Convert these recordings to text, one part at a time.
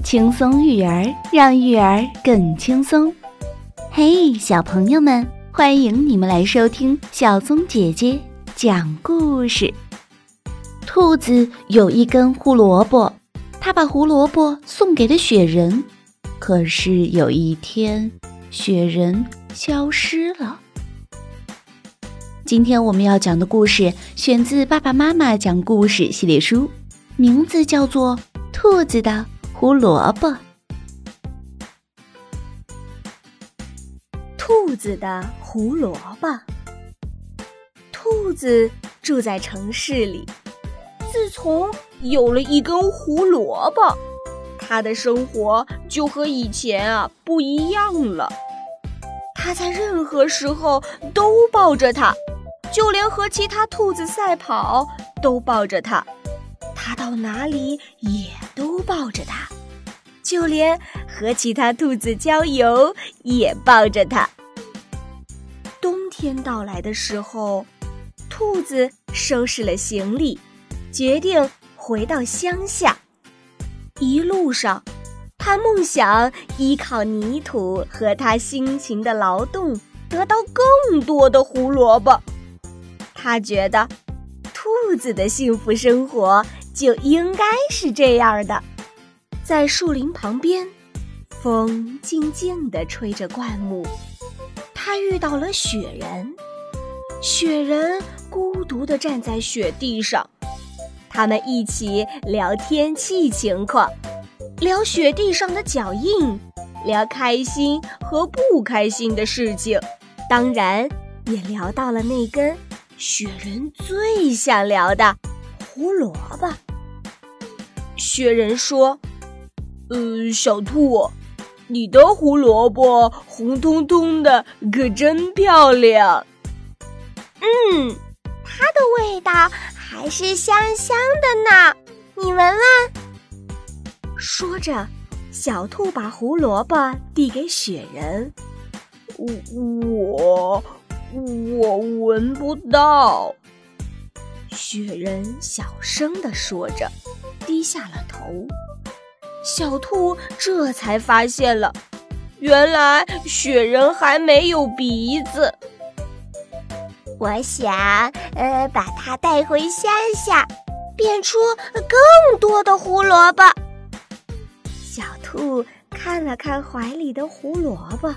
轻松育儿，让育儿更轻松。嘿，小朋友们，欢迎你们来收听小松姐姐讲故事。兔子有一根胡萝卜，它把胡萝卜送给了雪人。可是有一天，雪人消失了。今天我们要讲的故事选自爸爸妈妈讲故事系列书，名字叫做《兔子的胡萝卜》。 兔子的胡萝卜。兔子住在城市里，自从有了一根胡萝卜，它的生活就和以前不一样了。它在任何时候都抱着它，就连和其他兔子赛跑都抱着它，它到哪里也都抱着它，就连和其他兔子郊游也抱着它。冬天到来的时候，兔子收拾了行李，决定回到乡下。一路上，他梦想依靠泥土和他辛勤的劳动，得到更多的胡萝卜。他觉得兔子的幸福生活就应该是这样的。在树林旁边，风静静地吹着灌木，他遇到了雪人。雪人孤独地站在雪地上，他们一起聊天气情况，聊雪地上的脚印，聊开心和不开心的事情，当然也聊到了那根雪人最想聊的胡萝卜。雪人说，小兔，你的胡萝卜红彤彤的，可真漂亮。 它的味道还是香香的呢，你闻闻。 说着，小兔把胡萝卜递给雪人。我闻不到。雪人小声地说着，低下了头。小兔这才发现了，原来雪人还没有鼻子。 我想把它带回乡下，变出更多的胡萝卜。 小兔看了看怀里的胡萝卜，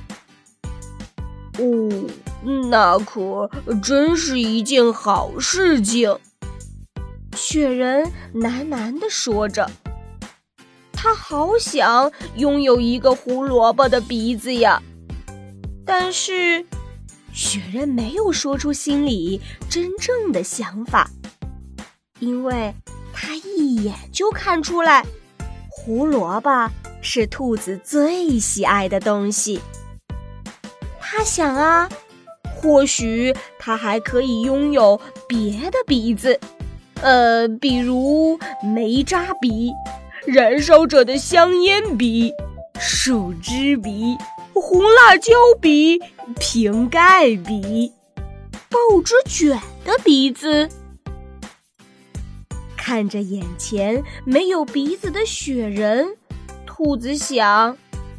那可真是一件好事情。雪人喃喃地说着，他好想拥有一个胡萝卜的鼻子呀。但是雪人没有说出心里真正的想法，因为他一眼就看出来，胡萝卜是兔子最喜爱的东西。他想或许他还可以拥有别的鼻子，比如煤渣鼻、燃烧着的香烟鼻、树枝鼻、红辣椒鼻、瓶盖鼻、报纸卷的鼻子。看着眼前没有鼻子的雪人，兔子想，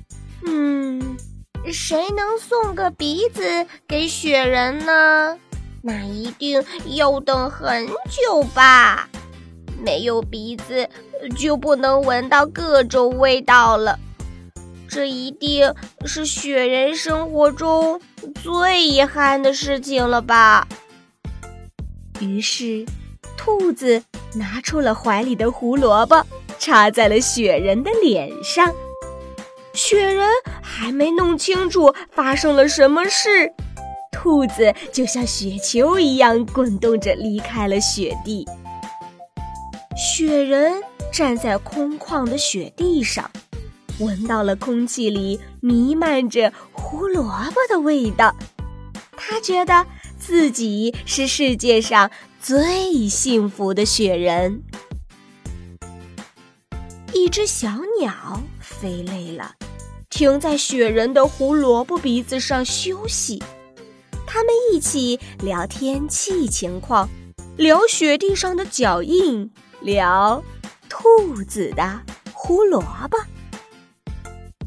谁能送个鼻子给雪人呢？那一定要等很久吧。没有鼻子就不能闻到各种味道了，这一定是雪人生活中最遗憾的事情了吧。 于是兔子拿出了怀里的胡萝卜，插在了雪人的脸上。雪人还没弄清楚发生了什么事，兔子就像雪球一样滚动着离开了雪地。雪人站在空旷的雪地上，闻到了空气里弥漫着胡萝卜的味道。他觉得自己是世界上最幸福的雪人。一只小鸟飞累了，停在雪人的胡萝卜鼻子上休息。他们一起聊天气情况，聊雪地上的脚印，聊兔子的胡萝卜。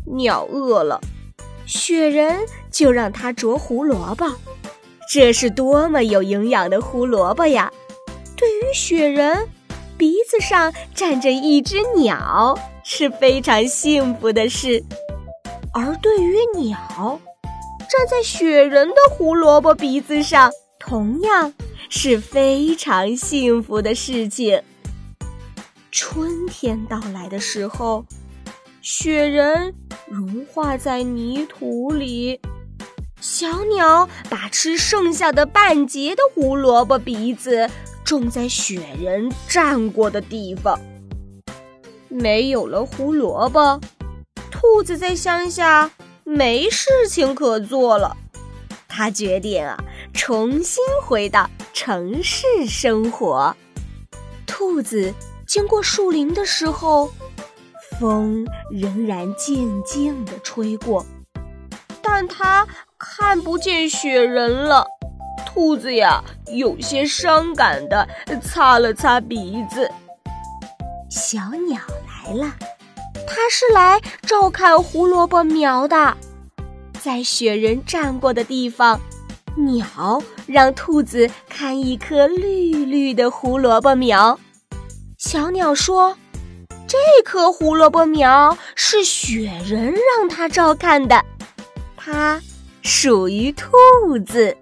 鸟饿了，雪人就让它啄胡萝卜。这是多么有营养的胡萝卜呀！对于雪人，鼻子上站着一只鸟是非常幸福的事，而对于鸟，站在雪人的胡萝卜鼻子上同样是非常幸福的事情。春天到来的时候，雪人融化在泥土里，小鸟把吃剩下的半截的胡萝卜鼻子种在雪人站过的地方。没有了胡萝卜，兔子在乡下没事情可做了。他决定重新回到城市生活。兔子经过树林的时候，风仍然静静地吹过，但它看不见雪人了。兔子呀，有些伤感地擦了擦鼻子。小鸟来了，它是来照看胡萝卜苗的。在雪人站过的地方，鸟让兔子看一棵绿绿的胡萝卜苗。小鸟说，这棵胡萝卜苗是雪人让它照看的，它属于兔子。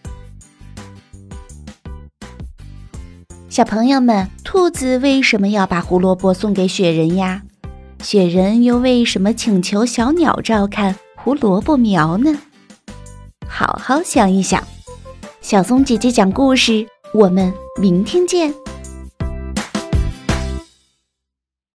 小朋友们，兔子为什么要把胡萝卜送给雪人呀？雪人又为什么请求小鸟照看胡萝卜苗呢？好好想一想。小松姐姐讲故事，我们明天见。